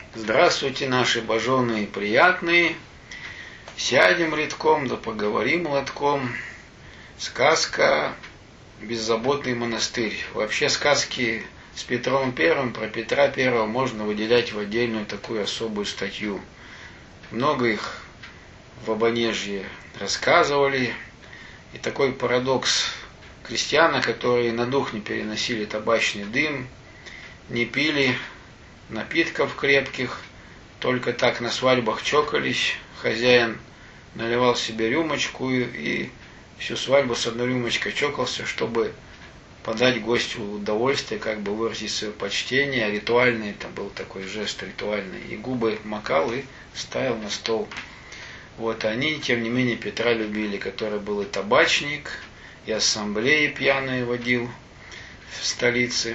Здравствуйте, наши боженые приятные. Сядем редком, да поговорим лотком. Сказка «Беззаботный монастырь». Вообще сказки с Петром Первым про Петра Первого можно выделять в отдельную такую особую статью. Много их в Обонежье рассказывали. И такой парадокс: крестьяне, которые на дух не переносили табачный дым, не пили напитков крепких, только так на свадьбах чокались, хозяин наливал себе рюмочку и всю свадьбу с одной рюмочкой чокался, чтобы подать гостю удовольствие, как бы выразить свое почтение, ритуальный, это был такой жест ритуальный, и губы макал и ставил на стол. Вот они, тем не менее, Петра любили, который был и табачник, и ассамблеи пьяные водил в столице.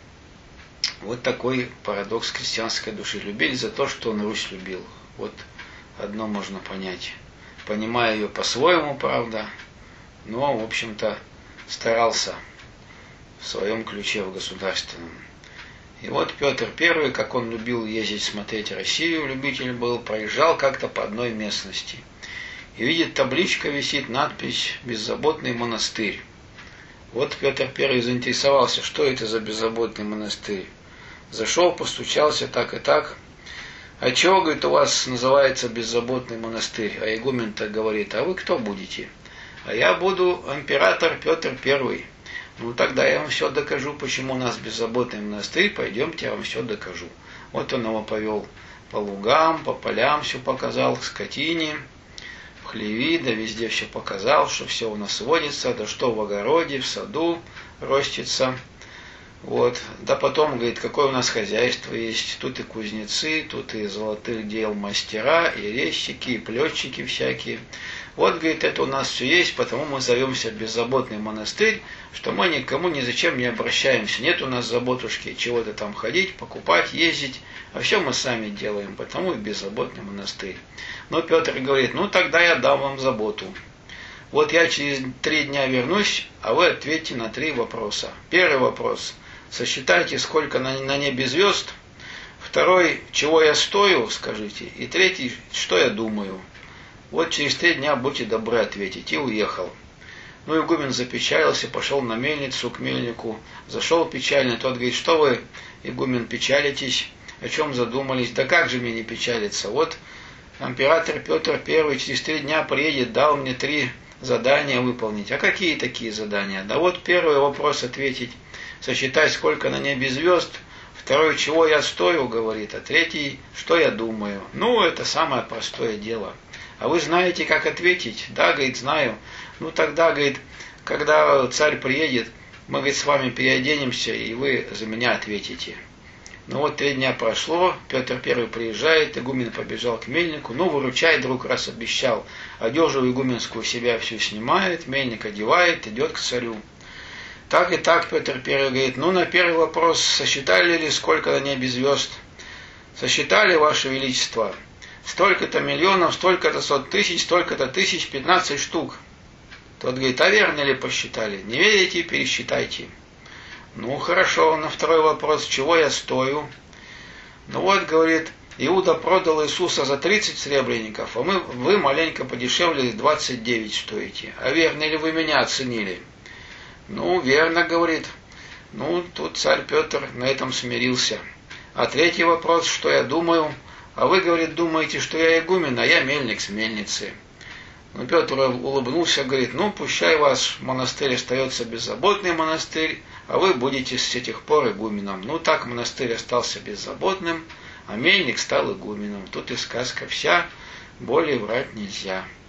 Вот такой парадокс крестьянской души. Любили за то, что он Русь любил. Вот одно можно понять. Понимая ее по-своему, правда, но, в общем-то, старался в своем ключе, в государственном. И вот Петр I, как он любил ездить смотреть Россию, любитель был, проезжал как-то по одной местности. И видит, табличка висит, надпись «Беззаботный монастырь». Вот Петр I заинтересовался, что это за беззаботный монастырь. Зашел, постучался так и так. А чего, говорит, у вас называется беззаботный монастырь? А игумен-то говорит: а вы кто будете? А я буду император Петр I. Ну тогда я вам все докажу, почему у нас беззаботный монастырь. Пойдемте, я вам все докажу. Вот он его повел по лугам, по полям, все показал, к скотине, в хлеви, да везде все показал, что все у нас водится, да что в огороде, в саду ростится. Вот. Да потом, говорит, какое у нас хозяйство есть. Тут и кузнецы, тут и золотых дел мастера, и резчики, и плетчики всякие. Вот, говорит, это у нас все есть, потому мы зовемся беззаботный монастырь, что мы никому ни зачем не обращаемся. Нет у нас заботушки чего-то там ходить, покупать, ездить, а все мы сами делаем, потому и беззаботный монастырь. Но Петр говорит: ну тогда я дам вам заботу. Вот я через 3 дня вернусь, а вы ответьте на 3 вопроса. Первый вопрос: сосчитайте, сколько на небе звезд. Второй: чего я стою, скажите. И третий: что я думаю. Вот через 3 дня будьте добры ответить. И уехал. Ну, игумен запечалился, пошел на мельницу к мельнику. Зашел печальный, тот говорит: что вы, игумен, печалитесь? О чем задумались? Да как же мне не печалиться? Вот император Петр I через 3 дня приедет, дал мне 3 задания выполнить. А какие такие задания? Да вот первый вопрос ответить: сосчитай, сколько на небе звезд. Второй: чего я стою, говорит. А третий: что я думаю. Ну, это самое простое дело. А вы знаете, как ответить? Да, говорит, знаю. Ну тогда, говорит, когда царь приедет, мы, говорит, с вами переоденемся, и вы за меня ответите. Ну вот 3 дня прошло, Петр I приезжает, игумен побежал к мельнику. Ну, выручай, друг, раз обещал. Одежу игуменскую себя всю снимает, мельник одевает, идет к царю. Так и так Петр I говорит: ну, на первый вопрос: сосчитали ли, сколько на небе звезд? Сосчитали, ваше величество. Столько-то миллионов, столько-то 100 тысяч, столько-то тысяч, 15 штук. Тот говорит: а верно ли посчитали? Не верите, пересчитайте. Ну, хорошо, на второй вопрос: чего я стою? Ну вот, говорит, Иуда продал Иисуса за 30 сребреников, а вы маленько подешевле 29 стоите. А верно ли вы меня оценили? Ну, верно, говорит. Ну, тут царь Петр на этом смирился. А третий вопрос: что я думаю? А вы, говорит, думаете, что я игумен, а я мельник с мельницы. Ну, Петр улыбнулся, говорит: ну, пущай ваш монастырь остается беззаботный монастырь, а вы будете с этих пор игуменом. Ну, так монастырь остался беззаботным, а мельник стал игуменом. Тут и сказка вся, более врать нельзя.